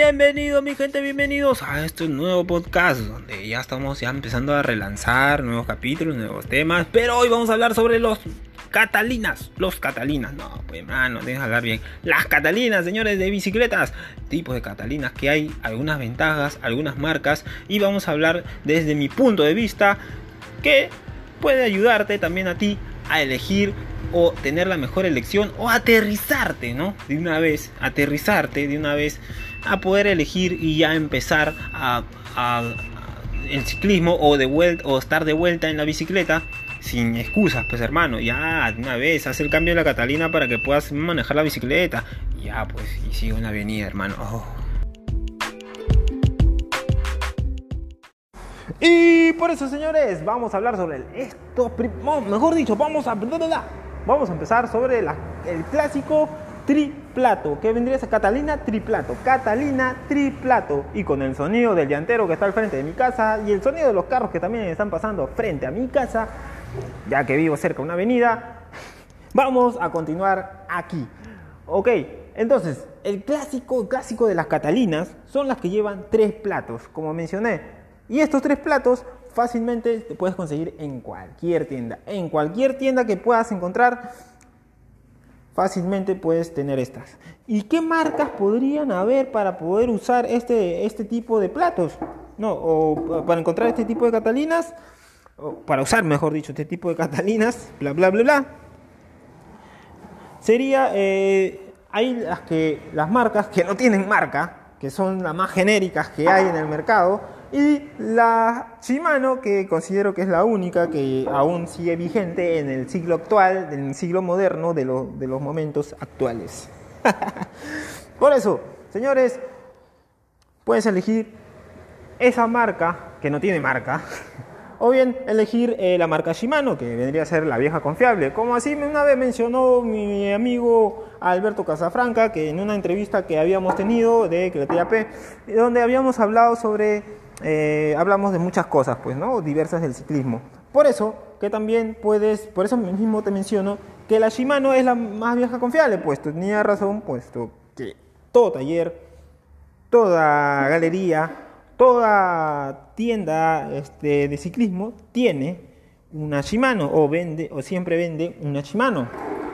Bienvenido mi gente, bienvenidos a este nuevo podcast donde ya estamos empezando a relanzar nuevos capítulos, nuevos temas. Pero hoy vamos a hablar sobre los Catalinas. No, pues hermano, dejen hablar bien. Las Catalinas, señores, de bicicletas. Tipos de Catalinas que hay, algunas ventajas, algunas marcas. Y vamos a hablar desde mi punto de vista que puede ayudarte también a ti a elegir o tener la mejor elección o aterrizarte, ¿no? Aterrizarte de una vez a poder elegir y ya empezar el ciclismo o estar de vuelta en la bicicleta sin excusas, pues hermano, ya de una vez haz el cambio de la Catalina para que puedas manejar la bicicleta. Ya pues, y sigo en la avenida, hermano. Y por eso, señores, vamos a hablar sobre vamos a empezar sobre el clásico triplato, que vendría a ser Catalina triplato, y con el sonido del llantero que está al frente de mi casa y el sonido de los carros que también están pasando frente a mi casa, ya que vivo cerca de una avenida, vamos a continuar aquí. Ok, entonces, el clásico de las Catalinas son las que llevan 3 platos, como mencioné, y estos 3 platos fácilmente te puedes conseguir en cualquier tienda que puedas encontrar. Fácilmente puedes tener estas. ¿Y qué marcas podrían haber para poder usar este tipo de platos? O para encontrar este tipo de Catalinas, o para usar, mejor dicho, este tipo de Catalinas, bla bla bla bla. Sería hay las marcas que no tienen marca, que son las más genéricas que hay en el mercado, y la Shimano, que considero que es la única que aún sigue vigente en el siglo actual, en el siglo moderno de los momentos actuales. Por eso, señores, puedes elegir esa marca que no tiene marca, o bien elegir la marca Shimano, que vendría a ser la vieja confiable, como así una vez mencionó mi amigo Alberto Casafranca, que en una entrevista que habíamos tenido de Creativa P, donde habíamos hablado hablamos de muchas cosas, pues, ¿no? Diversas del ciclismo. Por eso mismo te menciono que la Shimano es la más vieja confiable, puesto tenía razón, puesto que todo taller, toda galería, toda tienda de ciclismo tiene una Shimano o siempre vende una Shimano.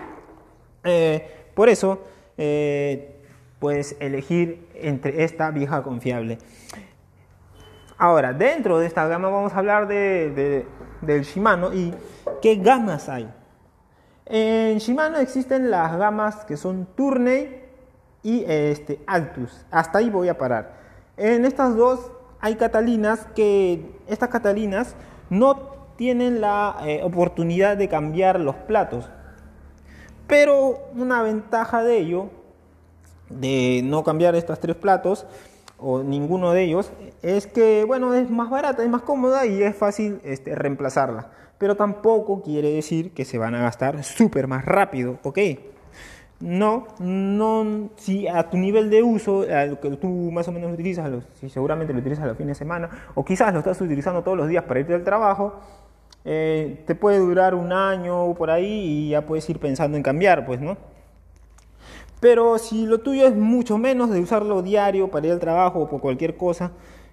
Por eso puedes elegir entre esta vieja confiable. Ahora, dentro de esta gama vamos a hablar del Shimano y qué gamas hay. En Shimano existen las gamas que son Tourney y Altus. Hasta ahí voy a parar. En estas dos hay Catalinas estas Catalinas no tienen la oportunidad de cambiar los platos. Pero una ventaja de ello, de no cambiar estos 3 platos, o ninguno de ellos, es que, bueno, es más barata, es más cómoda y es fácil reemplazarla. Pero tampoco quiere decir que se van a gastar súper más rápido, ¿ok? No, si a tu nivel de uso, a lo que tú más o menos utilizas, si seguramente lo utilizas los fines de semana, o quizás lo estás utilizando todos los días para irte al trabajo, te puede durar un año por ahí y ya puedes ir pensando en cambiar, pues, ¿no? Pero si lo tuyo es mucho menos de usarlo diario para ir al trabajo o por cualquier cosa,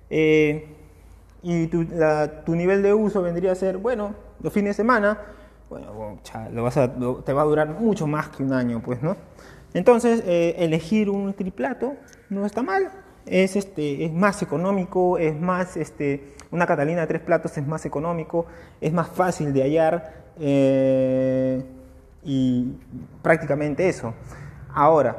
y tu nivel de uso vendría a ser, bueno, los fines de semana, bueno, te va a durar mucho más que un año, pues, ¿no? Entonces, elegir un triplato no está mal, es más económico, es más, una Catalina de 3 platos es más económico, es más fácil de hallar, y prácticamente eso. Ahora,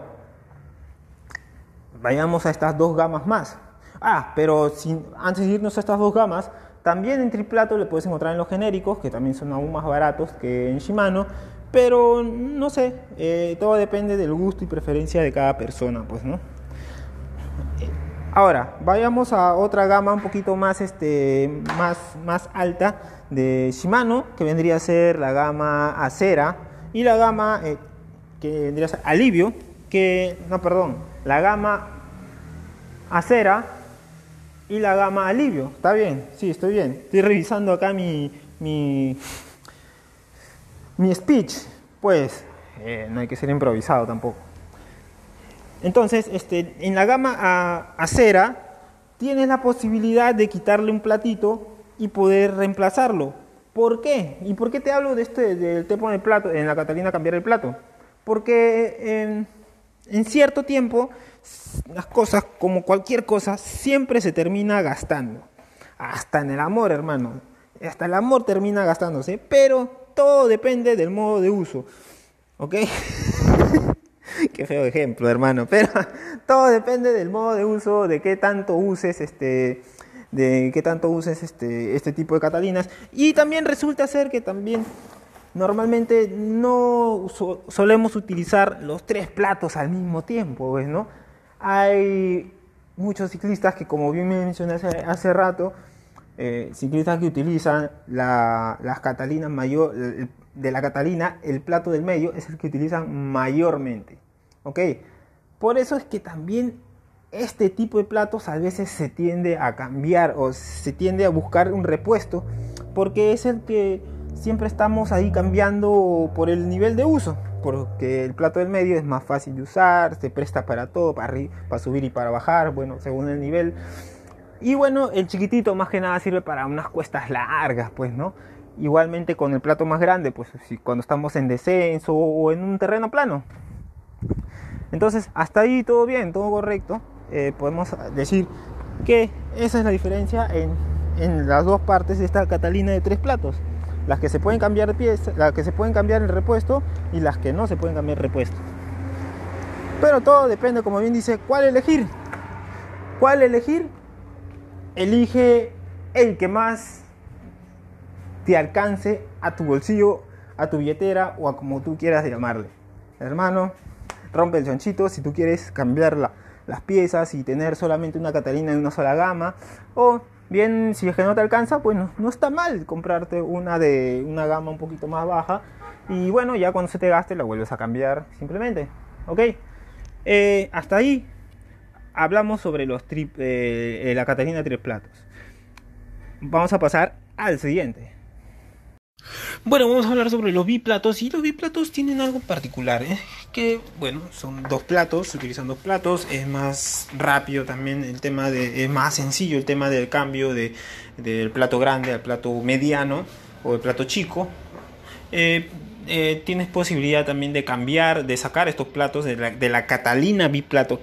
vayamos a estas 2 gamas más. Pero antes de irnos a estas 2 gamas, también en triplato le puedes encontrar en los genéricos, que también son aún más baratos que en Shimano, pero no sé, todo depende del gusto y preferencia de cada persona, pues, ¿no? Ahora, vayamos a otra gama un poquito más alta de Shimano, que vendría a ser la gama Acera y la gama que vendría a ser Alivio, la gama Acera y la gama Alivio. ¿Está bien? Sí, estoy bien. Estoy revisando acá mi speech. Pues no hay que ser improvisado tampoco. Entonces, en la gama acera tienes la posibilidad de quitarle un platito y poder reemplazarlo. ¿Por qué? ¿Y por qué te hablo del te pone el plato, en la Catalina cambiar el plato? Porque en cierto tiempo las cosas, como cualquier cosa, siempre se termina gastando. Hasta en el amor, hermano. Hasta el amor termina gastándose, pero todo depende del modo de uso. ¿Ok? Qué feo ejemplo, hermano, pero todo depende del modo de uso, de qué tanto uses este tipo de Catalinas. Y también resulta ser que también normalmente no solemos utilizar los 3 platos al mismo tiempo, ¿ves, no? Hay muchos ciclistas que, como bien me mencioné hace rato, ciclistas que utilizan las Catalinas mayor, de la Catalina, el plato del medio es el que utilizan mayormente, ¿ok? Por eso es que también este tipo de platos a veces se tiende a cambiar o se tiende a buscar un repuesto, porque es el que siempre estamos ahí cambiando por el nivel de uso, porque el plato del medio es más fácil de usar, se presta para todo, para subir y para bajar, bueno, según el nivel. Y bueno, el chiquitito más que nada sirve para unas cuestas largas, pues, ¿no? Igualmente con el plato más grande, pues si cuando estamos en descenso o en un terreno plano. Entonces, hasta ahí todo bien, todo correcto. Podemos decir que esa es la diferencia en las dos partes de esta Catalina de 3 platos. Las que se pueden cambiar de pieza, las que se pueden cambiar el repuesto y las que no se pueden cambiar el repuesto. Pero todo depende, como bien dice, ¿cuál elegir? ¿Cuál elegir? Elige el que más te alcance a tu bolsillo, a tu billetera o a como tú quieras llamarle. Hermano, rompe el chanchito si tú quieres cambiar las piezas y tener solamente una Catalina de una sola gama, o bien si es que no te alcanza, pues no está mal comprarte una de una gama un poquito más baja y bueno, ya cuando se te gaste la vuelves a cambiar simplemente, ¿ok? Hasta ahí hablamos sobre la Catalina 3 platos. Vamos a pasar al siguiente. Bueno, vamos a hablar sobre los biplatos, y los biplatos tienen algo particular, que bueno, son 2 platos, se utilizan 2 platos, es más rápido también es más sencillo el tema del cambio del plato grande al plato mediano o el plato chico. Tienes posibilidad también de cambiar, de sacar estos platos de la Catalina biplato,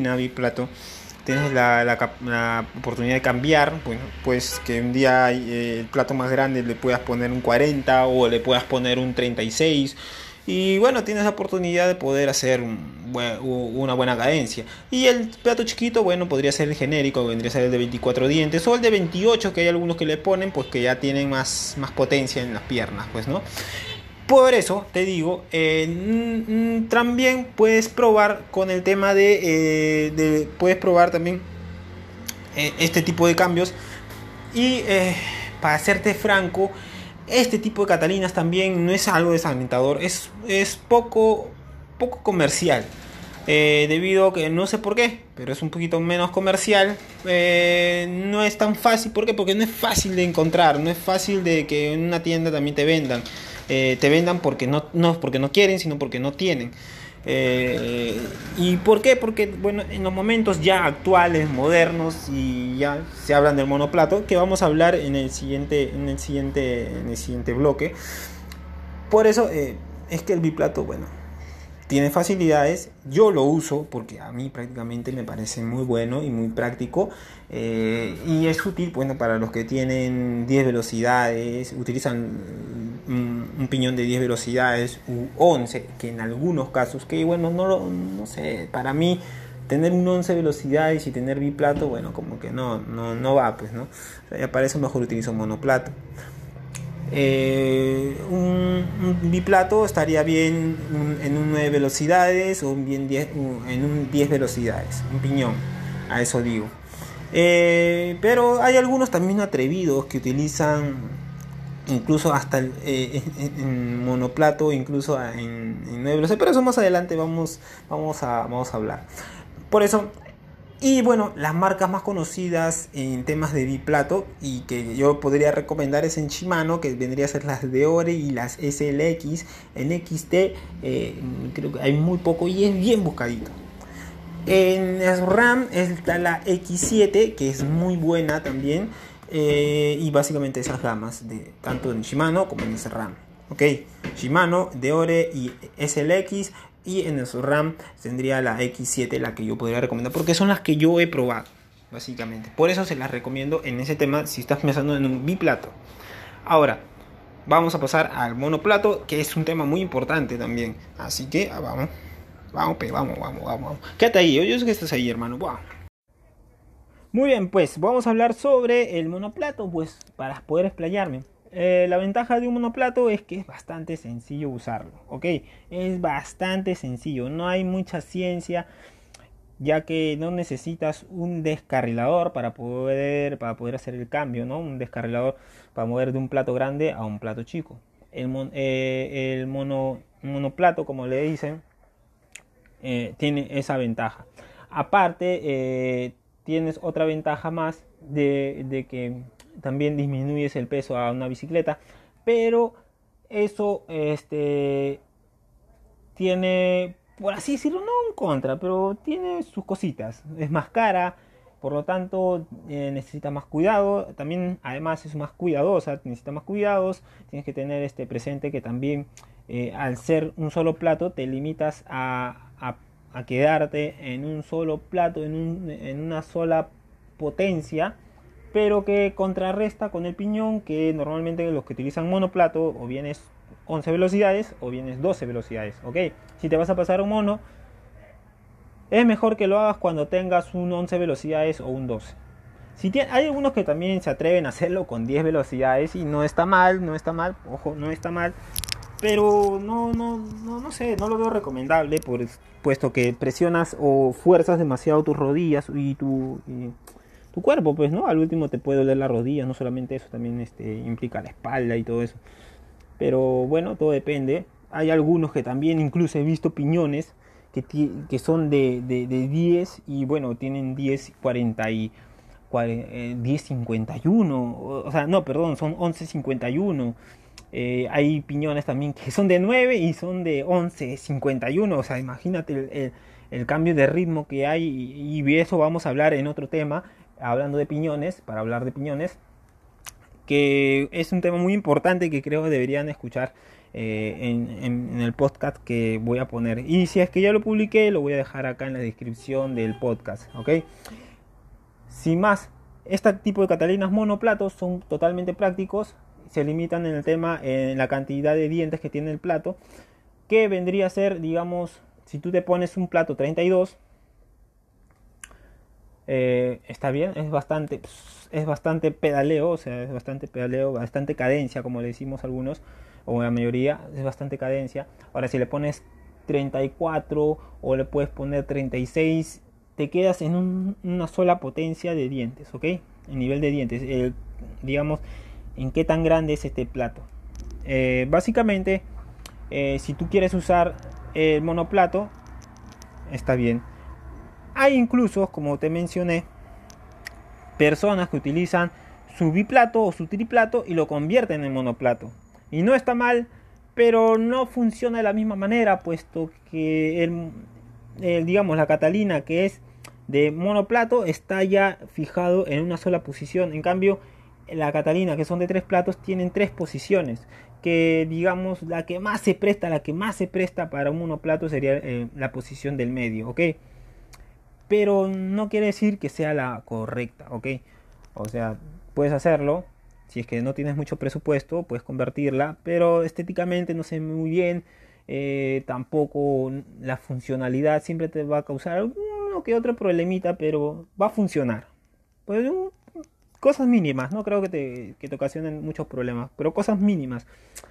tienes la oportunidad de cambiar, bueno, pues que un día el plato más grande le puedas poner un 40 o le puedas poner un 36 y bueno, tienes la oportunidad de poder hacer una buena cadencia. Y el plato chiquito, bueno, podría ser el genérico, vendría a ser el de 24 dientes o el de 28, que hay algunos que le ponen, pues que ya tienen más potencia en las piernas, pues, ¿no? Por eso te digo, también puedes probar con el tema puedes probar también este tipo de cambios. Y para serte franco, este tipo de Catalinas también no es algo desalentador, es poco comercial. Debido a que no sé por qué, pero es un poquito menos comercial. No es tan fácil. ¿Por qué? Porque no es fácil de encontrar, no es fácil de que en una tienda también te vendan. Te vendan porque no porque no quieren, sino porque no tienen. ¿Y por qué? Porque bueno, en los momentos ya actuales, modernos, y ya se hablan del monoplato, que vamos a hablar en el siguiente bloque. Por eso es que el biplato, bueno, tiene facilidades. Yo lo uso porque a mí prácticamente me parece muy bueno y muy práctico, y es útil, bueno, para los que tienen 10 velocidades, utilizan un piñón de 10 velocidades u 11, que en algunos casos, que bueno, no sé, para mí tener un 11 velocidades y tener biplato, bueno, como que no va, pues, ¿no? O sea, ya para eso mejor utilizo monoplato. Un biplato estaría bien en un 9 velocidades o bien en un 10 velocidades, un piñón, a eso digo. Pero hay algunos también atrevidos que utilizan incluso hasta en monoplato, incluso en 9 velocidades, pero eso más adelante vamos a hablar. Por eso. Y bueno, las marcas más conocidas en temas de biplato y que yo podría recomendar es en Shimano, que vendría a ser las Deore y las SLX. En XT creo que hay muy poco y es bien buscadito. En SRAM está la X7, que es muy buena también. Y básicamente esas gamas, tanto en Shimano como en SRAM. Ok, Shimano, Deore y SLX. Y en SRAM tendría la X7, la que yo podría recomendar, porque son las que yo he probado, básicamente. Por eso se las recomiendo en ese tema si estás pensando en un biplato. Ahora, vamos a pasar al monoplato, que es un tema muy importante también. Así que vamos. Vamos. Quédate ahí, yo sé que estás ahí, hermano. Wow. Muy bien, pues vamos a hablar sobre el monoplato, pues para poder explayarme. La ventaja de un monoplato es que es bastante sencillo usarlo, ¿ok? Es bastante sencillo, no hay mucha ciencia, ya que no necesitas un descarrilador para poder hacer el cambio, ¿no? Un descarrilador para mover de un plato grande a un plato chico. El monoplato, como le dicen, tiene esa ventaja. Aparte, tienes otra ventaja más de que también disminuyes el peso a una bicicleta, pero eso tiene, por así decirlo, no un contra, pero tiene sus cositas. Es más cara, por lo tanto necesita más cuidado. También además es más cuidadosa, necesita más cuidados. Tienes que tener presente que también al ser un solo plato te limitas a quedarte en un solo plato, en una sola potencia, pero que contrarresta con el piñón, que normalmente los que utilizan monoplato o bien es 11 velocidades o bien es 12 velocidades, ¿ok? Si te vas a pasar un mono, es mejor que lo hagas cuando tengas un 11 velocidades o un 12. Hay algunos que también se atreven a hacerlo con 10 velocidades y no está mal, ojo, no está mal. Pero no sé, no lo veo recomendable, puesto que presionas o fuerzas demasiado tus rodillas y tu cuerpo, pues, ¿no? Al último te puede doler la rodilla, no solamente eso, también implica la espalda y todo eso. Pero bueno, todo depende. Hay algunos que también, incluso he visto piñones que son de 10 y bueno, tienen 10.51, o sea, no, perdón, son 11.51. Hay piñones también que son de 9 y son de 11.51. O sea, imagínate el cambio de ritmo que hay. Y de eso vamos a hablar en otro tema, hablando de piñones, para hablar de piñones, que es un tema muy importante que creo que deberían escuchar en el podcast que voy a poner. Y si es que ya lo publiqué, lo voy a dejar acá en la descripción del podcast, ¿ok? Sin más, este tipo de catalinas monoplatos son totalmente prácticos. Se limitan en el tema, en la cantidad de dientes que tiene el plato, que vendría a ser, digamos, si tú te pones un plato 32, está bien, es bastante pedaleo, o sea, es bastante pedaleo, bastante cadencia, como le decimos algunos, o la mayoría, es bastante cadencia. Ahora, si le pones 34 o le puedes poner 36, te quedas en una sola potencia de dientes, ¿ok? El nivel de dientes, digamos, en qué tan grande es este plato. Básicamente, si tú quieres usar el monoplato, está bien. Hay incluso, como te mencioné, personas que utilizan su biplato o su triplato y lo convierten en monoplato. Y no está mal, pero no funciona de la misma manera, puesto que digamos, la catalina, que es de monoplato, está ya fijado en una sola posición. En cambio, la catalina, que son de 3 platos, tienen 3 posiciones, que digamos la que más se presta para un monoplato sería la posición del medio, ¿ok? Pero no quiere decir que sea la correcta, ¿ok? O sea, puedes hacerlo, si es que no tienes mucho presupuesto, puedes convertirla, pero estéticamente no se ve muy bien. Tampoco la funcionalidad siempre te va a causar uno que otro problemita, pero va a funcionar. Pues cosas mínimas, no creo que te ocasionen muchos problemas, pero cosas mínimas.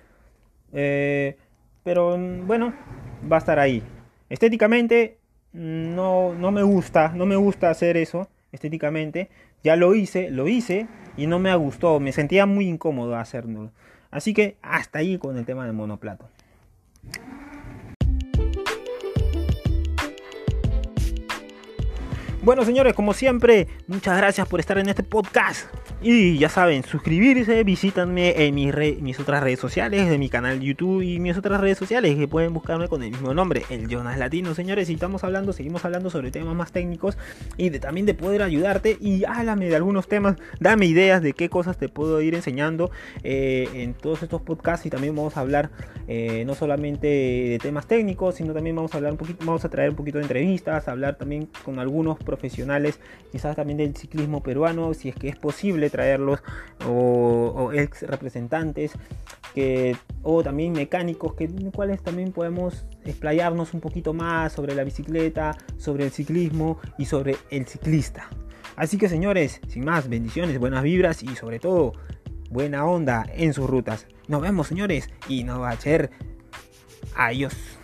Pero bueno, va a estar ahí. Estéticamente no me gusta hacer eso estéticamente. Ya lo hice y no me gustó, me sentía muy incómodo hacerlo. Así que hasta ahí con el tema del monoplato. Bueno, señores, como siempre, muchas gracias por estar en este podcast. Y ya saben, suscribirse, visítanme en mis otras redes sociales, de mi canal YouTube y mis otras redes sociales, que pueden buscarme con el mismo nombre, el Jonas Latino, señores. Y seguimos hablando sobre temas más técnicos y también de poder ayudarte. Y háblame de algunos temas, dame ideas de qué cosas te puedo ir enseñando en todos estos podcasts. Y también vamos a hablar no solamente de temas técnicos, sino también vamos a traer un poquito de entrevistas, hablar también con algunos profesionales, quizás también del ciclismo peruano, si es que es posible traerlos, o ex representantes o también mecánicos, cuales también podemos explayarnos un poquito más sobre la bicicleta, sobre el ciclismo y sobre el ciclista. Así que, señores, sin más, bendiciones, buenas vibras y sobre todo buena onda en sus rutas. Nos vemos, señores, y no va a ser adiós.